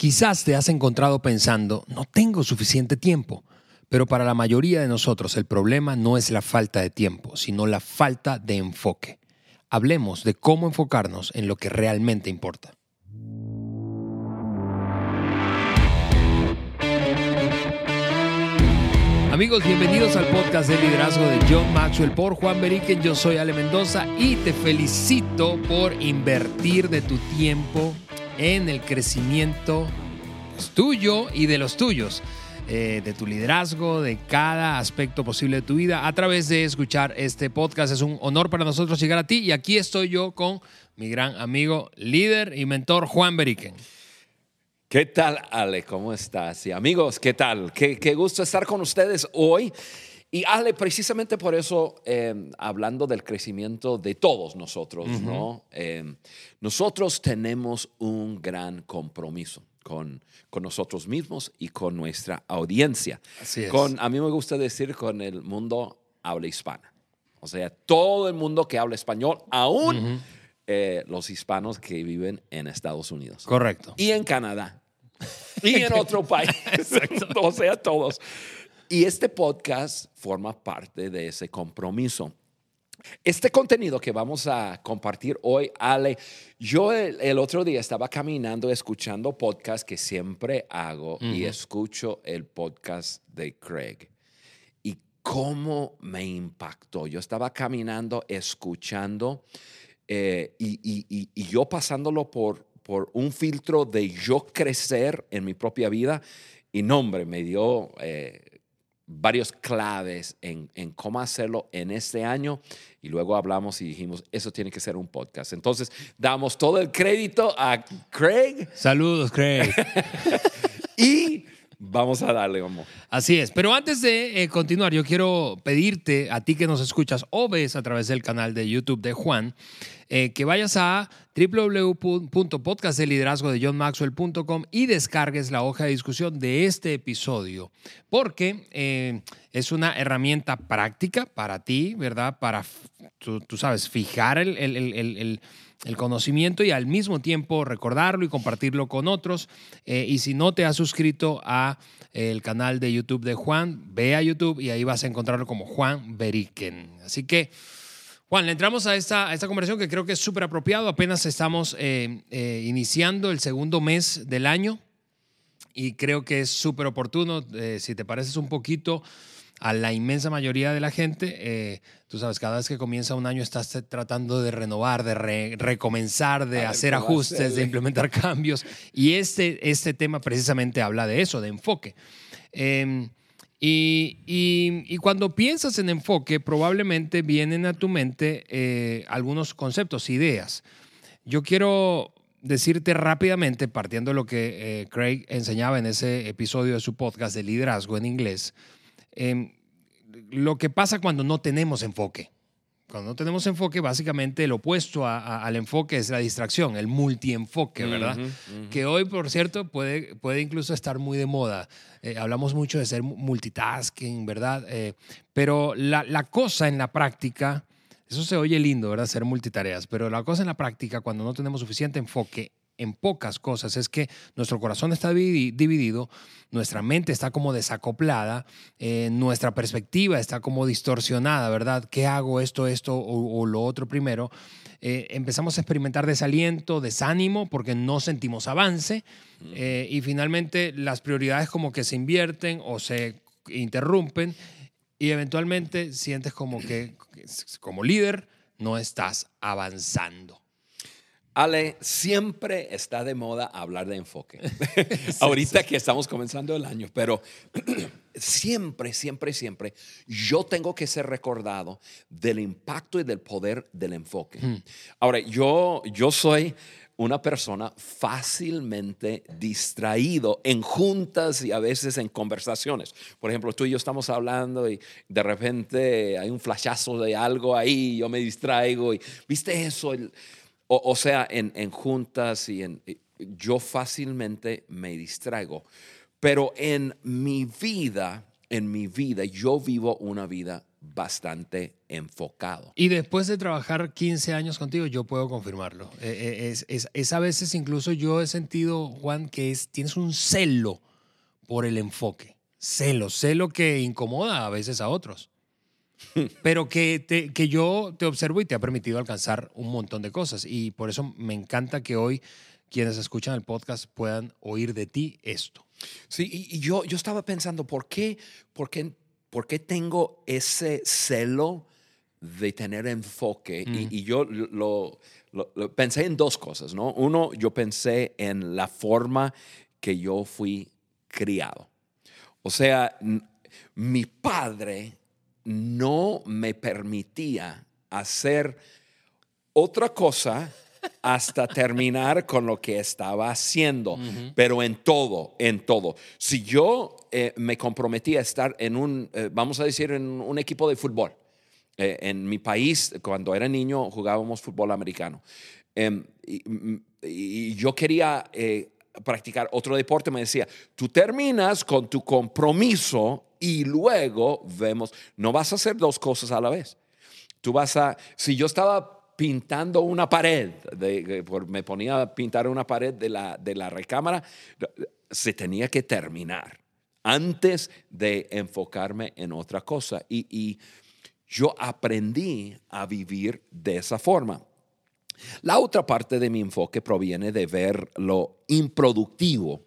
Quizás te has encontrado pensando, no tengo suficiente tiempo, pero para la mayoría de nosotros el problema no es la falta de tiempo, sino la falta de enfoque. Hablemos de cómo enfocarnos en lo que realmente importa. Amigos, bienvenidos al podcast de liderazgo de John Maxwell por Juan Beriken. Yo soy Ale Mendoza y te felicito por invertir de tu tiempo en el crecimiento tuyo y de los tuyos, de tu liderazgo, de cada aspecto posible de tu vida a través de escuchar este podcast. Es un honor para nosotros llegar a ti y aquí estoy yo con mi gran amigo, líder y mentor Juan Beriken. ¿Qué tal, Ale? ¿Cómo estás? Y amigos, ¿qué tal? Qué gusto estar con ustedes hoy. Y Ale, precisamente por eso, hablando del crecimiento de todos nosotros, ¿no? Nosotros tenemos un gran compromiso con nosotros mismos y con nuestra audiencia. Así es. A mí me gusta decir con el mundo habla hispana. O sea, todo el mundo que habla español, aún los hispanos que viven en Estados Unidos. Correcto. Y en Canadá. Y en otro país. O sea, todos. Y este podcast forma parte de ese compromiso. Este contenido que vamos a compartir hoy, Ale, yo el otro día estaba caminando, escuchando podcast que siempre hago y escucho el podcast de Craig. Y cómo me impactó. Yo estaba caminando, escuchando y yo pasándolo por un filtro de yo crecer en mi propia vida. Y no, hombre, me dio varios claves en cómo hacerlo en este año. Y luego hablamos y dijimos, eso tiene que ser un podcast. Entonces, damos todo el crédito a Craig. Saludos, Craig. Y vamos a darle, vamos. Así es, pero antes de continuar, yo quiero pedirte a ti que nos escuchas o ves a través del canal de YouTube de Juan, que vayas a www.podcastdeliderazgodejohnmaxwell.com y descargues la hoja de discusión de este episodio, porque es una herramienta práctica para ti, ¿verdad? Para, tú sabes, fijar el conocimiento y al mismo tiempo recordarlo y compartirlo con otros. Y si no te has suscrito a el canal de YouTube de Juan, ve a YouTube y ahí vas a encontrarlo como Juan Beriken. Así que, Juan, le entramos a esta conversación que creo que es súper apropiado. Apenas estamos iniciando el segundo mes del año y creo que es súper oportuno. Si te pareces un poquito a la inmensa mayoría de la gente, tú sabes, cada vez que comienza un año estás tratando de renovar, de recomenzar, de hacer ajustes, de implementar cambios. Y este tema precisamente habla de eso, de enfoque. Y cuando piensas en enfoque, probablemente vienen a tu mente algunos conceptos, ideas. Yo quiero decirte rápidamente, partiendo de lo que Craig enseñaba en ese episodio de su podcast de liderazgo en inglés, lo que pasa cuando no tenemos enfoque. Cuando no tenemos enfoque, básicamente el opuesto al enfoque es la distracción, el multienfoque, ¿verdad? Que hoy, por cierto, puede incluso estar muy de moda. Hablamos mucho de ser multitasking, ¿verdad? Pero la cosa en la práctica, eso se oye lindo, ¿verdad? Ser multitareas, pero la cosa en la práctica, cuando no tenemos suficiente enfoque en pocas cosas, es que nuestro corazón está dividido, nuestra mente está como desacoplada, nuestra perspectiva está como distorsionada, ¿verdad? ¿Qué hago esto o lo otro primero? Empezamos a experimentar desaliento, desánimo, porque no sentimos avance y finalmente las prioridades como que se invierten o se interrumpen y eventualmente sientes como que como líder no estás avanzando. Ale, siempre está de moda hablar de enfoque. Ahorita que estamos comenzando el año, pero siempre yo tengo que ser recordado del impacto y del poder del enfoque. Ahora, yo soy una persona fácilmente distraído en juntas y a veces en conversaciones. Por ejemplo, tú y yo estamos hablando y de repente hay un flashazo de algo ahí, yo me distraigo y ¿viste eso? O sea, en juntas yo fácilmente me distraigo. Pero en mi vida yo vivo una vida bastante enfocado. Y después de trabajar 15 años contigo, yo puedo confirmarlo. Es a veces incluso yo he sentido, Juan, que tienes un celo por el enfoque. Celo que incomoda a veces a otros. Pero que yo te observo y te ha permitido alcanzar un montón de cosas. Y por eso me encanta que hoy quienes escuchan el podcast puedan oír de ti esto. Sí, y yo estaba pensando, ¿por qué tengo ese celo de tener enfoque? Y yo lo pensé en dos cosas, ¿no? Uno, yo pensé en la forma que yo fui criado. O sea, mi padre no me permitía hacer otra cosa hasta terminar con lo que estaba haciendo, pero en todo. Si yo me comprometía a estar en vamos a decir, en un equipo de fútbol, en mi país, cuando era niño, jugábamos fútbol americano. Y yo quería practicar otro deporte, me decía, tú terminas con tu compromiso y luego vemos, no vas a hacer dos cosas a la vez. Si yo estaba pintando una pared, me ponía a pintar una pared de la recámara, se tenía que terminar antes de enfocarme en otra cosa. Y yo aprendí a vivir de esa forma. La otra parte de mi enfoque proviene de ver lo improductivo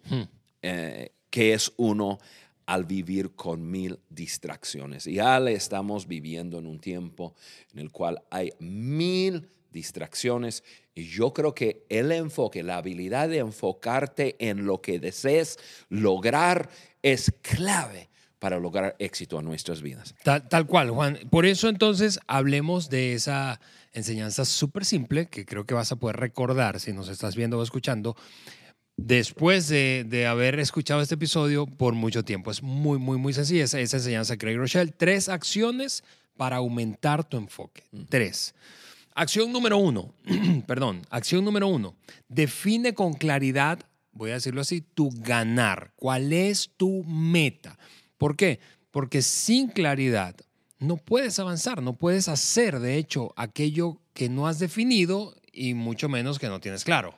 que es uno al vivir con 1000 distracciones. Y ya le estamos viviendo en un tiempo en el cual hay 1000 distracciones. Y yo creo que el enfoque, la habilidad de enfocarte en lo que desees lograr es clave para lograr éxito en nuestras vidas. Tal cual, Juan. Por eso entonces hablemos de esa enseñanza súper simple que creo que vas a poder recordar si nos estás viendo o escuchando después de haber escuchado este episodio por mucho tiempo. Es muy, muy, muy sencilla esa enseñanza de Craig Rochelle. 3 acciones para aumentar tu enfoque. 3. Acción número 1. Acción número 1. Define con claridad, voy a decirlo así, tu ganar. ¿Cuál es tu meta? ¿Por qué? Porque sin claridad no puedes avanzar, no puedes hacer, de hecho, aquello que no has definido y mucho menos que no tienes claro.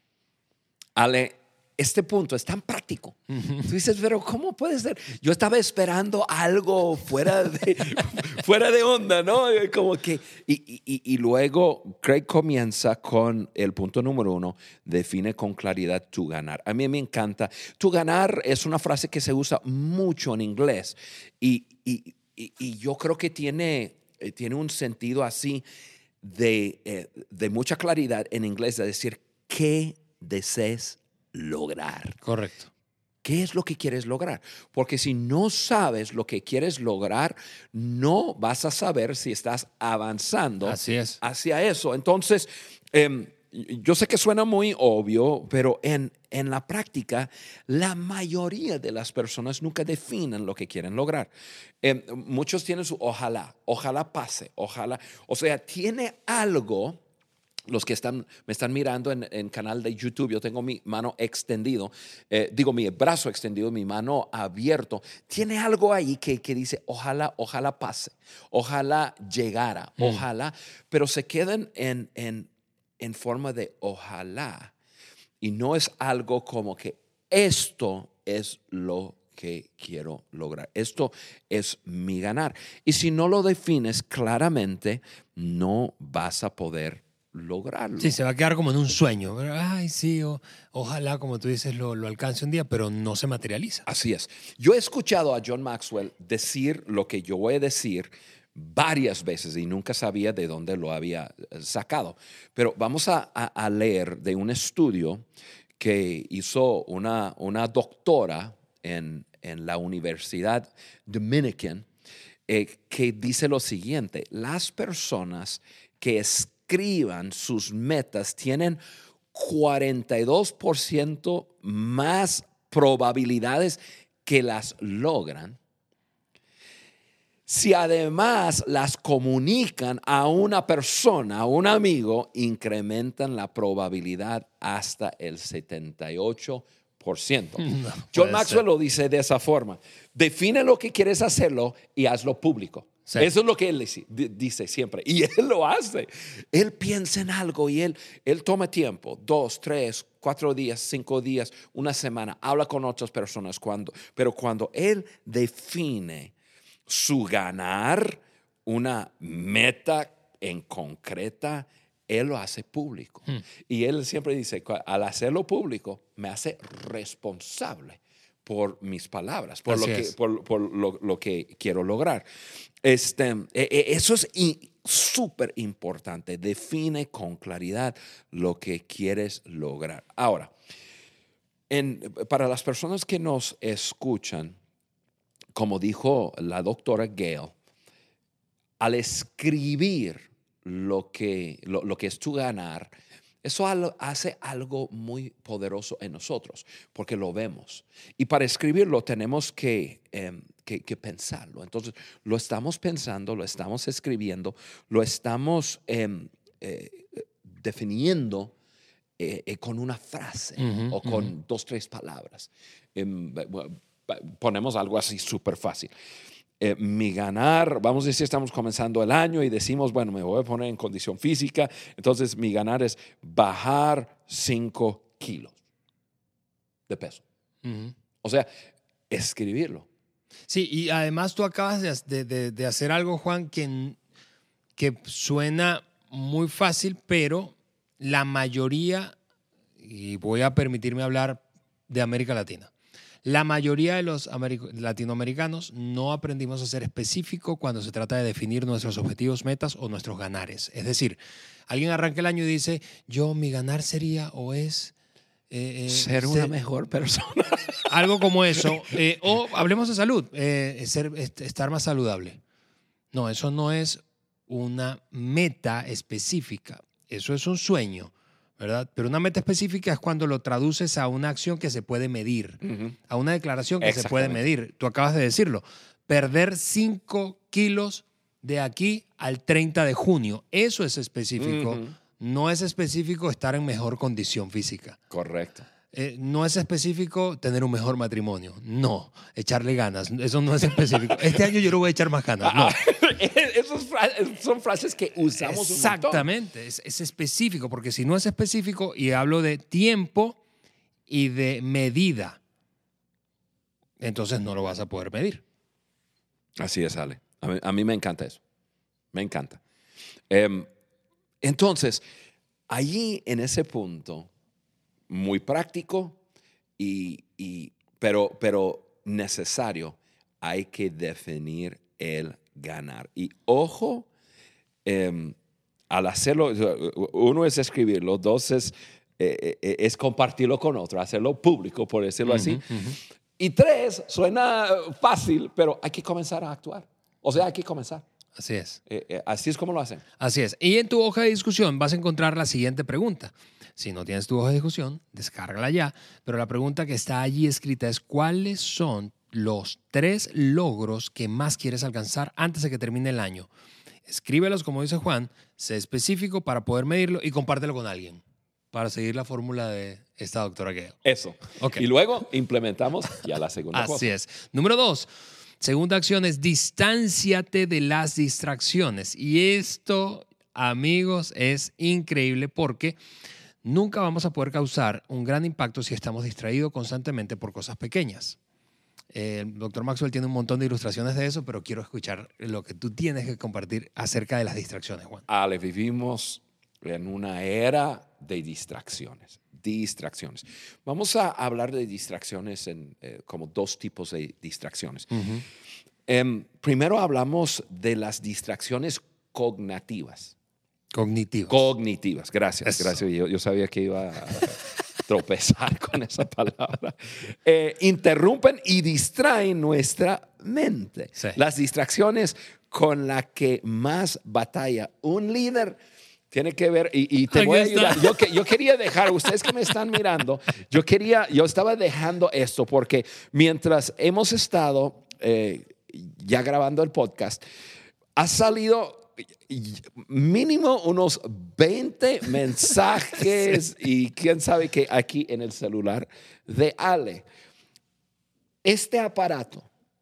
Ale, este punto es tan práctico. Tú dices, pero ¿cómo puede ser? Yo estaba esperando algo fuera de onda, ¿no? Como que, y luego Craig comienza con el punto número 1, define con claridad tu ganar. A mí me encanta. Tu ganar es una frase que se usa mucho en inglés y yo creo que tiene un sentido así de mucha claridad en inglés, de decir qué desees lograr. Correcto. ¿Qué es lo que quieres lograr? Porque si no sabes lo que quieres lograr, no vas a saber si estás avanzando hacia eso. Entonces, yo sé que suena muy obvio, pero en la práctica, la mayoría de las personas nunca definen lo que quieren lograr. Muchos tienen su ojalá pase, ojalá. O sea, tiene algo. Los que me están mirando en canal de YouTube, yo tengo mi mano extendido, mi brazo extendido, mi mano abierto. Tiene algo ahí que dice, ojalá pase, ojalá llegara, ojalá, pero se quedan en forma de ojalá. Y no es algo como que esto es lo que quiero lograr. Esto es mi ganar. Y si no lo defines claramente, no vas a poder lograrlo. Sí, se va a quedar como en un sueño. Ay, sí, ojalá, como tú dices, lo alcance un día, pero no se materializa. Así es. Yo he escuchado a John Maxwell decir lo que yo voy a decir varias veces y nunca sabía de dónde lo había sacado. Pero vamos a leer de un estudio que hizo una doctora en la Universidad Dominican que dice lo siguiente: las personas que escriban sus metas tienen 42% más probabilidades que las logran. Si además las comunican a una persona, a un amigo, incrementan la probabilidad hasta el 78%. John Maxwell lo dice de esa forma: define lo que quieres hacerlo y hazlo público. Sí. Eso es lo que él dice siempre. Y él lo hace. Él piensa en algo y él toma tiempo, 2, 3, 4 días, 5 días, una semana. Habla con otras personas. Pero cuando él define su ganar, una meta en concreta, él lo hace público. Y él siempre dice, al hacerlo público, me hace responsable por mis palabras, por lo que quiero lograr. Eso es súper importante. Define con claridad lo que quieres lograr. Ahora, para las personas que nos escuchan, como dijo la doctora Gale, al escribir lo que es tu ganar, eso hace algo muy poderoso en nosotros, porque lo vemos. Y para escribirlo tenemos que pensarlo. Entonces, lo estamos pensando, lo estamos escribiendo, lo estamos definiendo con una frase o con 2, 3 palabras. Ponemos algo así súper fácil. Mi ganar, vamos a decir, estamos comenzando el año y decimos, bueno, me voy a poner en condición física, entonces mi ganar es bajar 5 kilos de peso. O sea, escribirlo. Sí, y además tú acabas de hacer algo, Juan, que suena muy fácil, pero la mayoría, y voy a permitirme hablar de América Latina, la mayoría de los latinoamericanos no aprendimos a ser específico cuando se trata de definir nuestros objetivos, metas o nuestros ganares. Es decir, alguien arranca el año y dice, mi ganar sería o es... ser una mejor persona. Algo como eso. O hablemos de salud, estar más saludable. No, eso no es una meta específica. Eso es un sueño, ¿verdad? Pero una meta específica es cuando lo traduces a una acción que se puede medir, a una declaración que se puede medir. Tú acabas de decirlo. Perder 5 kilos de aquí al 30 de junio. Eso es específico. No es específico estar en mejor condición física. Correcto. No es específico tener un mejor matrimonio. No, echarle ganas. Eso no es específico. Este año yo le voy a echar más ganas. No. Esas son frases que usamos un montón. Exactamente. Es específico, porque si no es específico, y hablo de tiempo y de medida, entonces no lo vas a poder medir. Así es, Ale. A mí me encanta eso. Me encanta. Entonces, allí en ese punto, muy práctico, pero necesario, hay que definir el ganar. Y ojo, al hacerlo, uno es escribirlo, 2 es compartirlo con otro, hacerlo público, por decirlo así. Y 3, suena fácil, pero hay que comenzar a actuar. O sea, hay que comenzar. Así es. Así es como lo hacen. Así es. Y en tu hoja de discusión vas a encontrar la siguiente pregunta. Si no tienes tu hoja de discusión, descárgala ya. Pero la pregunta que está allí escrita es: ¿cuáles son los 3 logros que más quieres alcanzar antes de que termine el año? Escríbelos, como dice Juan, sé específico para poder medirlo y compártelo con alguien para seguir la fórmula de esta doctora Gale. Eso. Okay. Y luego implementamos ya la segunda cosa. Así es. Número 2. Segunda acción es distánciate de las distracciones. Y esto, amigos, es increíble porque nunca vamos a poder causar un gran impacto si estamos distraídos constantemente por cosas pequeñas. El doctor Maxwell tiene un montón de ilustraciones de eso, pero quiero escuchar lo que tú tienes que compartir acerca de las distracciones, Juan. Ale, vivimos en una era de distracciones. Vamos a hablar de distracciones como 2 tipos de distracciones. Primero hablamos de las distracciones cognitivas. Cognitivas, gracias. Yo sabía que iba a tropezar con esa palabra. Interrumpen y distraen nuestra mente. Sí. Las distracciones con las que más batalla un líder tiene que ver, y te voy a ayudar. Yo quería dejar, ustedes que me están mirando, yo estaba dejando esto porque mientras hemos estado ya grabando el podcast, ha salido mínimo unos 20 mensajes y quién sabe qué aquí en el celular de Ale. Este aparato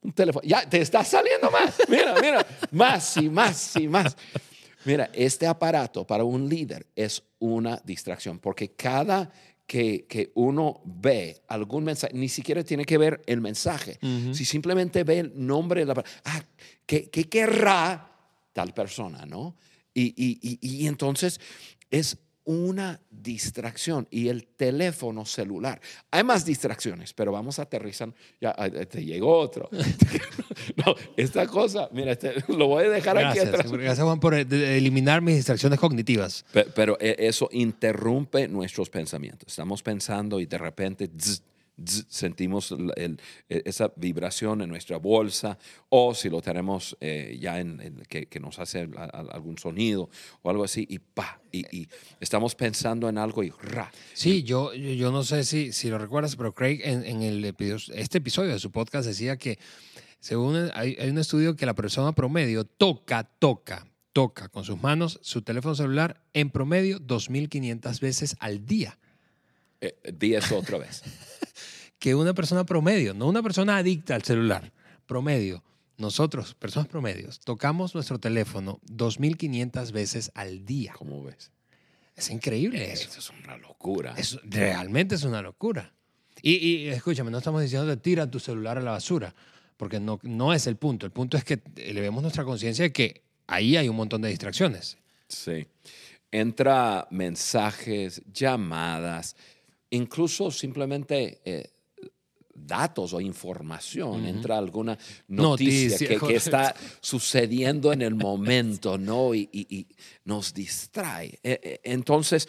Un teléfono. Ya, te está saliendo más. Mira, más y más y más. Mira, este aparato para un líder es una distracción, porque cada que uno ve algún mensaje, ni siquiera tiene que ver el mensaje. Si simplemente ve el nombre de la persona, ¿qué querrá tal persona, no? Y entonces es una distracción. Y el teléfono celular. Hay más distracciones, pero vamos a aterrizar. Ya te llegó otro. No, esta cosa, mira, lo voy a dejar aquí atrás. Gracias, Juan, por eliminar mis distracciones cognitivas. Pero eso interrumpe nuestros pensamientos. Estamos pensando y de repente sentimos esa vibración en nuestra bolsa, o si lo tenemos ya que nos hace algún sonido o algo así, y estamos pensando en algo y ¡ra! Sí, yo no sé si lo recuerdas, pero Craig en este episodio de su podcast decía que según hay un estudio que la persona promedio toca con sus manos su teléfono celular en promedio 2.500 veces al día. Di eso otra vez. Que una persona promedio, no una persona adicta al celular, promedio. Nosotros, personas promedios, tocamos nuestro teléfono 2.500 veces al día. ¿Cómo ves? Es increíble eso. Eso es una locura. Realmente es una locura. Y escúchame, no estamos diciendo de tira tu celular a la basura, porque no es el punto. El punto es que elevemos nuestra conciencia de que ahí hay un montón de distracciones. Sí. Entra mensajes, llamadas, incluso simplemente datos o información, entra alguna noticia que está sucediendo en el momento, ¿no? Y nos distrae. Entonces,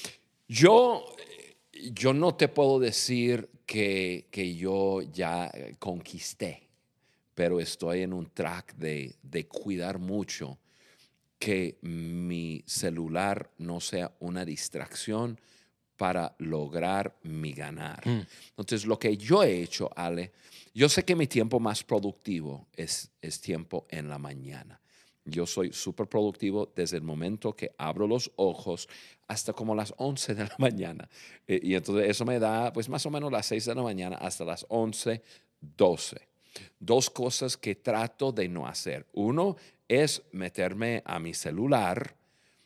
yo no te puedo decir que yo ya conquisté, pero estoy en un track de cuidar mucho que mi celular no sea una distracción para lograr mi ganar. Entonces, lo que yo he hecho, Ale, yo sé que mi tiempo más productivo es tiempo en la mañana. Yo soy súper productivo desde el momento que abro los ojos hasta como las 11 de la mañana. Y entonces eso me da pues más o menos las 6 de la mañana hasta las 11, 12. Dos cosas que trato de no hacer. Uno es meterme a mi celular.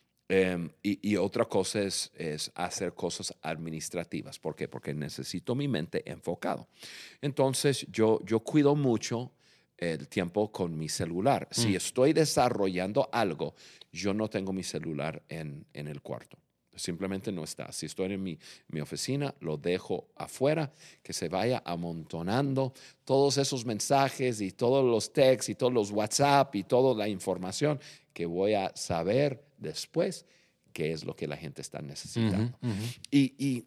Y otra cosa es hacer cosas administrativas. ¿Por qué? Porque necesito mi mente enfocado. Entonces, yo cuido mucho el tiempo con mi celular. Si estoy desarrollando algo, yo no tengo mi celular en el cuarto. Simplemente no está. Si estoy en mi oficina, lo dejo afuera, que se vaya amontonando todos esos mensajes y todos los texts y todos los WhatsApp y toda la información que voy a saber después qué es lo que la gente está necesitando. Y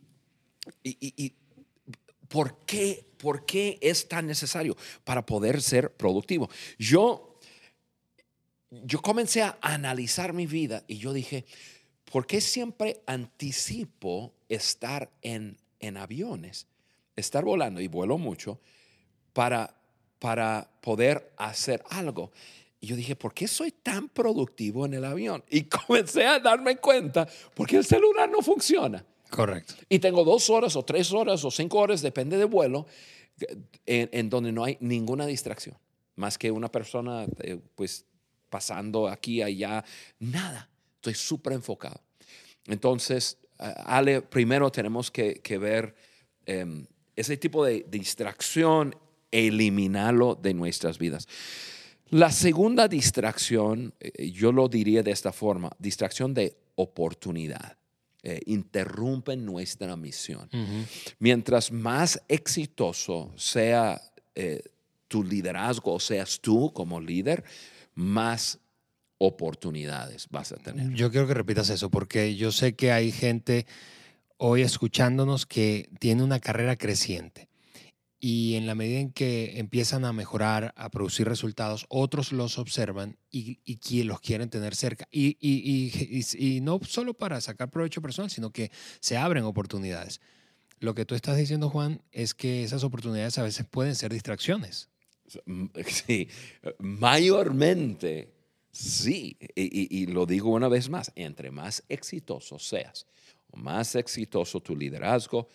¿por qué es tan necesario para poder ser productivo? Yo comencé a analizar mi vida y yo dije, ¿por qué siempre anticipo estar en aviones, estar volando, y vuelo mucho, para poder hacer algo? Y yo dije, ¿por qué soy tan productivo en el avión? Y comencé a darme cuenta, porque el celular no funciona. Correcto. Y tengo 2 horas o 3 horas o 5 horas, depende del vuelo, en donde no hay ninguna distracción, más que una persona pues pasando aquí, allá, nada. Estoy súper enfocado. Entonces, Ale, primero tenemos que ver ese tipo de distracción, eliminarlo de nuestras vidas. La segunda distracción, yo lo diría de esta forma, distracción de oportunidad. Interrumpen nuestra misión. Mientras más exitoso sea tu liderazgo, o seas tú como líder, más oportunidades vas a tener. Yo quiero que repitas eso, porque yo sé que hay gente hoy escuchándonos que tiene una carrera creciente. Y en la medida en que empiezan a mejorar, a producir resultados, otros los observan y los quieren tener cerca. Y no solo para sacar provecho personal, sino que se abren oportunidades. Lo que tú estás diciendo, Juan, es que esas oportunidades a veces pueden ser distracciones. Sí, mayormente sí. Y lo digo una vez más, entre más exitoso seas, más exitoso tu liderazgo,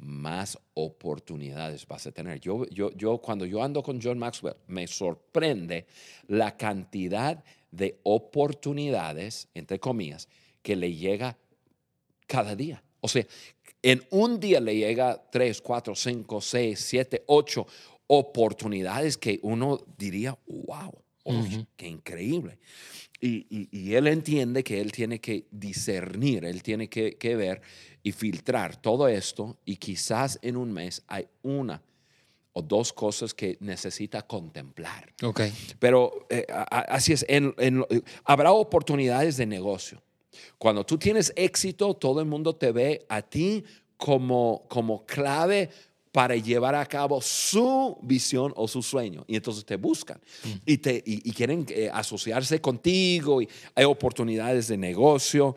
más oportunidades vas a tener. Cuando yo ando con John Maxwell, me sorprende la cantidad de oportunidades, entre comillas, que le llega cada día. O sea, en un día le llega 3, 4, 5, 6, 7, 8 oportunidades que uno diría, wow, qué increíble. Y él entiende que él tiene que discernir, él tiene que ver y filtrar todo esto, y quizás en un mes hay una o dos cosas que necesita contemplar. Okay. Pero así es, habrá oportunidades de negocio. Cuando tú tienes éxito, todo el mundo te ve a ti como clave para llevar a cabo su visión o su sueño. Y entonces te buscan y quieren asociarse contigo. Y hay oportunidades de negocio.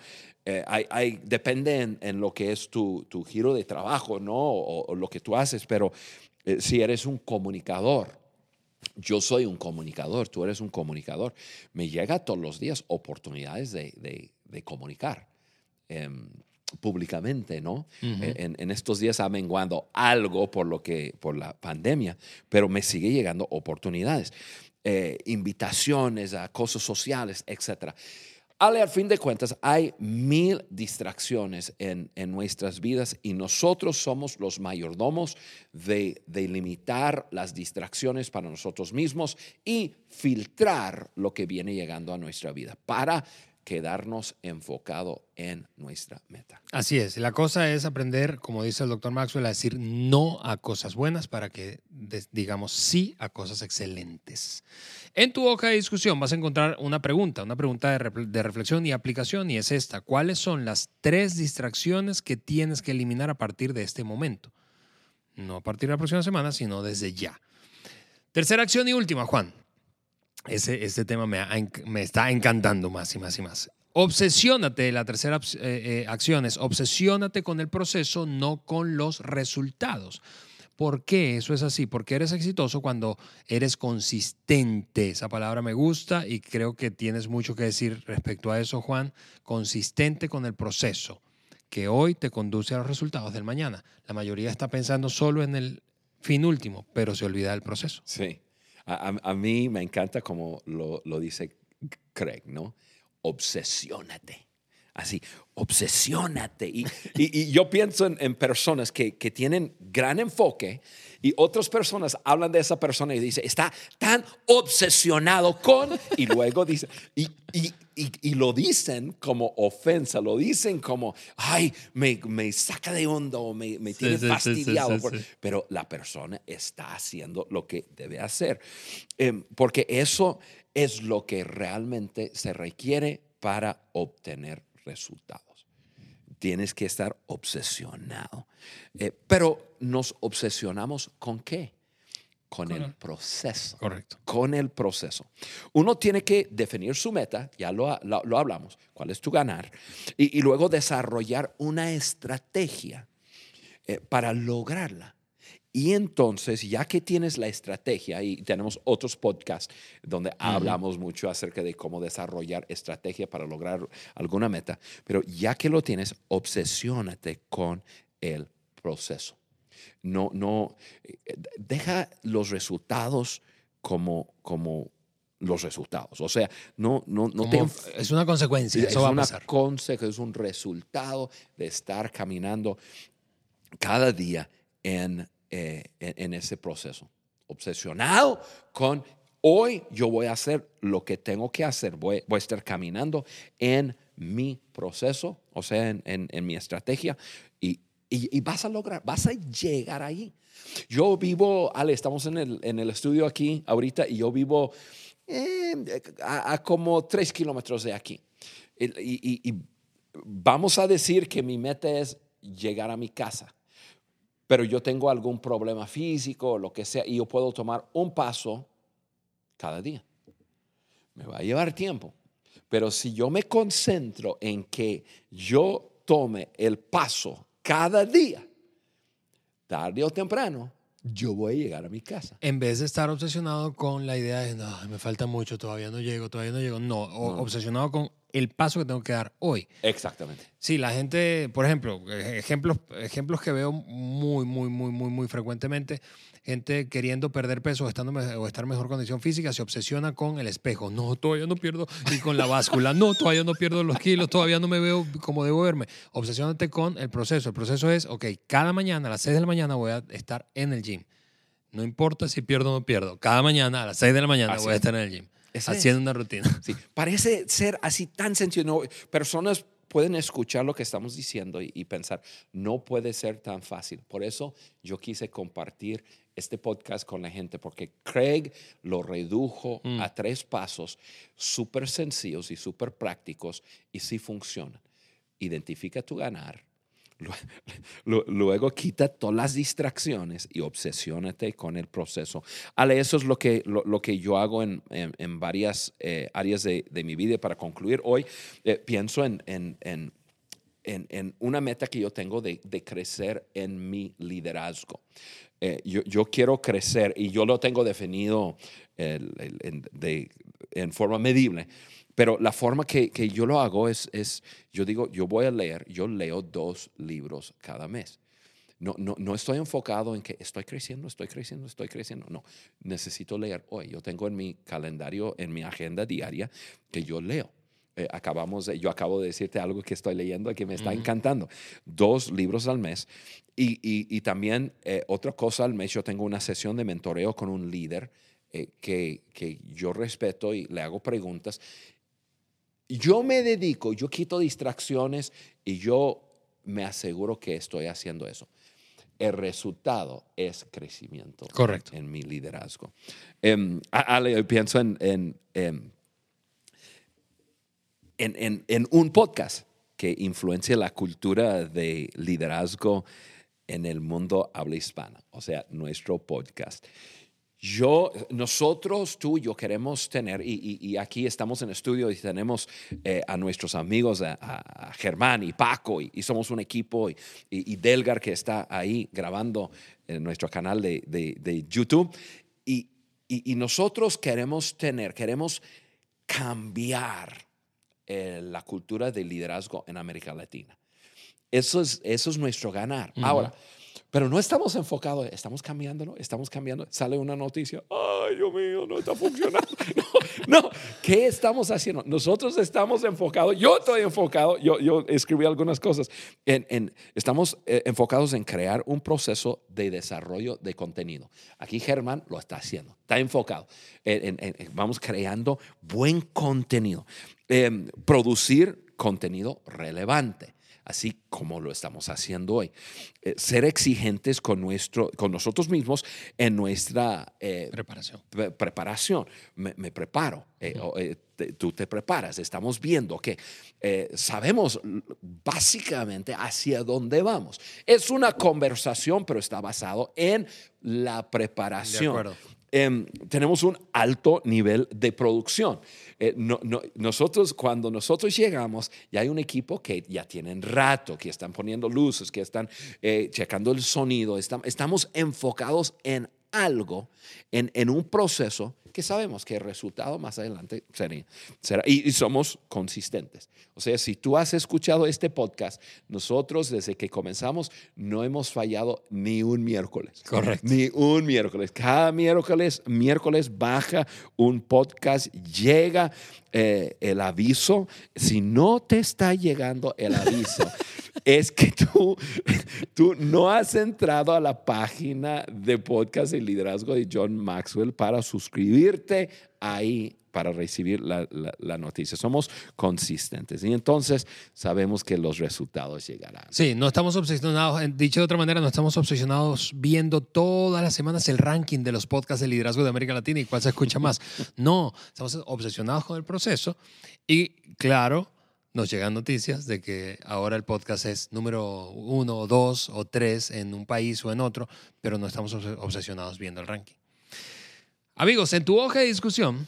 Depende en lo que es tu giro de trabajo, ¿no? O lo que tú haces. Pero si eres un comunicador, yo soy un comunicador, tú eres un comunicador, me llega todos los días oportunidades de comunicar públicamente, ¿no? En estos días ha menguado algo por la pandemia, pero me sigue llegando oportunidades, invitaciones a cosas sociales, etcétera. Al fin de cuentas, hay 1000 distracciones en nuestras vidas, y nosotros somos los mayordomos de limitar las distracciones para nosotros mismos y filtrar lo que viene llegando a nuestra vida para quedarnos enfocado en nuestra meta. Así es. La cosa es aprender, como dice el doctor Maxwell, a decir no a cosas buenas para que digamos sí a cosas excelentes. En tu hoja de discusión vas a encontrar una pregunta de reflexión y aplicación, y es esta: ¿cuáles son las 3 distracciones que tienes que eliminar a partir de este momento? No a partir de la próxima semana, sino desde ya. Tercera acción y última, Juan. Este tema me está encantando más y más y más. Obsesiónate, la tercera acción es obsesiónate con el proceso, no con los resultados. ¿Por qué eso es así? Porque eres exitoso cuando eres consistente. Esa palabra me gusta y creo que tienes mucho que decir respecto a eso, Juan. Consistente con el proceso, que hoy te conduce a los resultados del mañana. La mayoría está pensando solo en el fin último, pero se olvida del proceso. Sí. A mí me encanta como lo dice Craig, ¿no? Obsesiónate. Así, obsesiónate. Y yo pienso en personas que tienen gran enfoque, y otras personas hablan de esa persona y dicen, está tan obsesionado con, y luego dicen, y lo dicen como ofensa, lo dicen como, ay, me saca de onda o me tiene fastidiado. Sí. Pero la persona está haciendo lo que debe hacer, porque eso es lo que realmente se requiere para obtener resultados. Tienes que estar obsesionado. Pero nos obsesionamos ¿con qué? Con el proceso. Correcto. Con el proceso. Uno tiene que definir su meta, ya lo hablamos, cuál es tu ganar, y luego desarrollar una estrategia para lograrla. Y entonces, ya que tienes la estrategia, y tenemos otros podcasts donde hablamos mucho acerca de cómo desarrollar estrategia para lograr alguna meta, pero ya que lo tienes, obsesiónate con el proceso. No, deja los resultados como los resultados. O sea, es una consecuencia, eso va a pasar. Es un resultado de estar caminando cada día en ese proceso. Obsesionado con hoy yo voy a hacer lo que tengo que hacer. Voy a estar caminando en mi proceso, o sea, en mi estrategia, y vas a lograr, vas a llegar ahí. Yo vivo, Ale, estamos en el estudio aquí ahorita, y yo vivo a como 3 kilómetros de aquí. Y vamos a decir que mi meta es llegar a mi casa. Pero yo tengo algún problema físico o lo que sea, y yo puedo tomar un paso cada día. Me va a llevar tiempo. Pero si yo me concentro en que yo tome el paso cada día, tarde o temprano, yo voy a llegar a mi casa. En vez de estar obsesionado con la idea de, no, me falta mucho, todavía no llego. No, obsesionado con el paso que tengo que dar hoy. Exactamente. Sí, la gente, por ejemplo, ejemplos que veo muy frecuentemente, gente queriendo perder peso o estar en mejor condición física, se obsesiona con el espejo. No, todavía no pierdo. Y con la báscula. No, todavía no pierdo los kilos, todavía no me veo como debo verme. Obsesiónate con el proceso. El proceso es, ok, cada mañana a las 6 de la mañana voy a estar en el gym. No importa si pierdo o no pierdo. Cada mañana a las 6 de la mañana voy a estar en el gym. Haciendo una rutina. Sí, parece ser así tan sencillo. No, personas pueden escuchar lo que estamos diciendo y pensar, no puede ser tan fácil. Por eso yo quise compartir este podcast con la gente, porque Craig lo redujo a 3 pasos súper sencillos y súper prácticos y sí funcionan. Identifica tu ganar. Luego quita todas las distracciones y obsesiónate con el proceso. Ale, eso es lo que yo hago en varias áreas de mi vida. Para concluir hoy, pienso en una meta que yo tengo de crecer en mi liderazgo. Yo quiero crecer y yo lo tengo definido en forma medible. Pero la forma que yo lo hago es, yo digo, yo leo 2 libros cada mes. No estoy enfocado en que estoy creciendo. No, necesito leer hoy. Yo tengo en mi calendario, en mi agenda diaria, que yo leo. Yo acabo de decirte algo que estoy leyendo que me está encantando. 2 libros al mes. Y también otra cosa al mes, yo tengo una sesión de mentoreo con un líder que yo respeto y le hago preguntas. Yo me dedico, yo quito distracciones y yo me aseguro que estoy haciendo eso. El resultado es crecimiento. Correcto. En mi liderazgo. Ale, pienso en un podcast que influencia la cultura de liderazgo en el mundo habla hispana, o sea, nuestro podcast. Nosotros, tú y yo queremos tener, y aquí estamos en estudio y tenemos a nuestros amigos, a Germán y Paco, y somos un equipo, y Delgar que está ahí grabando en nuestro canal de YouTube. Y nosotros queremos cambiar la cultura del liderazgo en América Latina. Eso es nuestro ganar. Ahora, pero no estamos enfocados, estamos cambiando. Sale una noticia, ay, Dios mío, no está funcionando. No, ¿qué estamos haciendo? Nosotros estamos enfocados, yo estoy enfocado, yo escribí algunas cosas, estamos enfocados en crear un proceso de desarrollo de contenido. Aquí Germán lo está haciendo, está enfocado. Vamos creando buen contenido, producir contenido relevante. Así como lo estamos haciendo hoy. Ser exigentes con nosotros mismos en nuestra preparación. Me preparo. Tú te preparas. Estamos viendo que sabemos básicamente hacia dónde vamos. Es una conversación, pero está basado en la preparación. De acuerdo. Tenemos un alto nivel de producción. Cuando nosotros llegamos, ya hay un equipo que ya tienen rato, que están poniendo luces, que están checando el sonido. Estamos enfocados en algo, en un proceso que sabemos que el resultado más adelante será y somos consistentes. O sea, si tú has escuchado este podcast, nosotros desde que comenzamos no hemos fallado ni un miércoles. Correcto. Ni un miércoles. Cada miércoles baja un podcast, llega el aviso. Si no te está llegando el aviso, es que tú no has entrado a la página de podcast y liderazgo de John Maxwell para suscribirte ahí para recibir la noticia. Somos consistentes y entonces sabemos que los resultados llegarán. Sí, no estamos obsesionados, dicho de otra manera, no estamos obsesionados viendo todas las semanas el ranking de los podcasts de liderazgo de América Latina y cuál se escucha más. No, estamos obsesionados con el proceso y claro, nos llegan noticias de que ahora el podcast es número 1, 2 o 3 en un país o en otro, pero no estamos obsesionados viendo el ranking. Amigos, en tu hoja de discusión,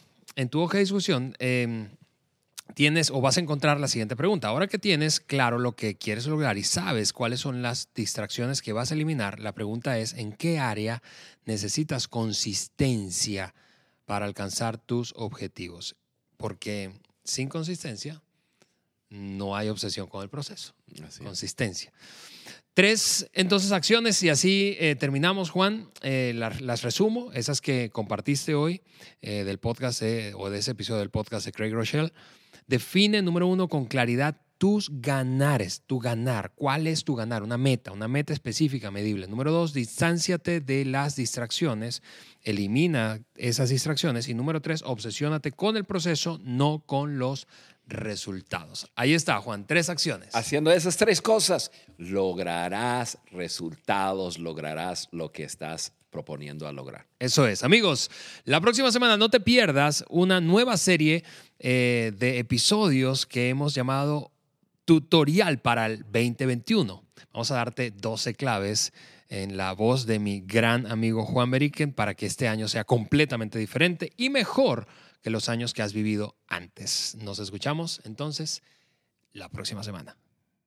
tienes o vas a encontrar la siguiente pregunta. Ahora que tienes claro lo que quieres lograr y sabes cuáles son las distracciones que vas a eliminar, la pregunta es ¿en qué área necesitas consistencia para alcanzar tus objetivos? Porque sin consistencia no hay obsesión con el proceso. Así es. Consistencia. 3, entonces, acciones, y así terminamos, Juan. Las resumo, esas que compartiste hoy del podcast o de ese episodio del podcast de Craig Groeschel. Define, número 1, con claridad tus ganares, tu ganar. ¿Cuál es tu ganar? Una meta específica, medible. Número 2, distánciate de las distracciones. Elimina esas distracciones. Y número 3, obsesiónate con el proceso, no con los resultados. Ahí está, Juan, 3 acciones. Haciendo esas 3 cosas, lograrás resultados, lograrás lo que estás proponiendo a lograr. Eso es. Amigos, la próxima semana no te pierdas una nueva serie de episodios que hemos llamado Tutorial para el 2021. Vamos a darte 12 claves en la voz de mi gran amigo Juan Beriken para que este año sea completamente diferente y mejor que los años que has vivido antes. Nos escuchamos entonces la próxima semana.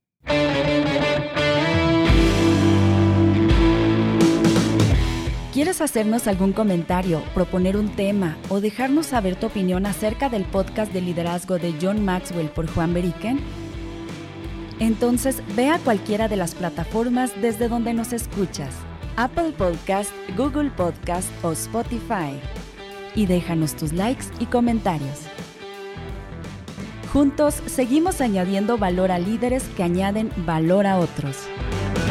¿Quieres hacernos algún comentario, proponer un tema o dejarnos saber tu opinión acerca del podcast de liderazgo de John Maxwell por Juan Beriken? Entonces ve a cualquiera de las plataformas desde donde nos escuchas, Apple Podcast, Google Podcast o Spotify, y déjanos tus likes y comentarios. Juntos seguimos añadiendo valor a líderes que añaden valor a otros.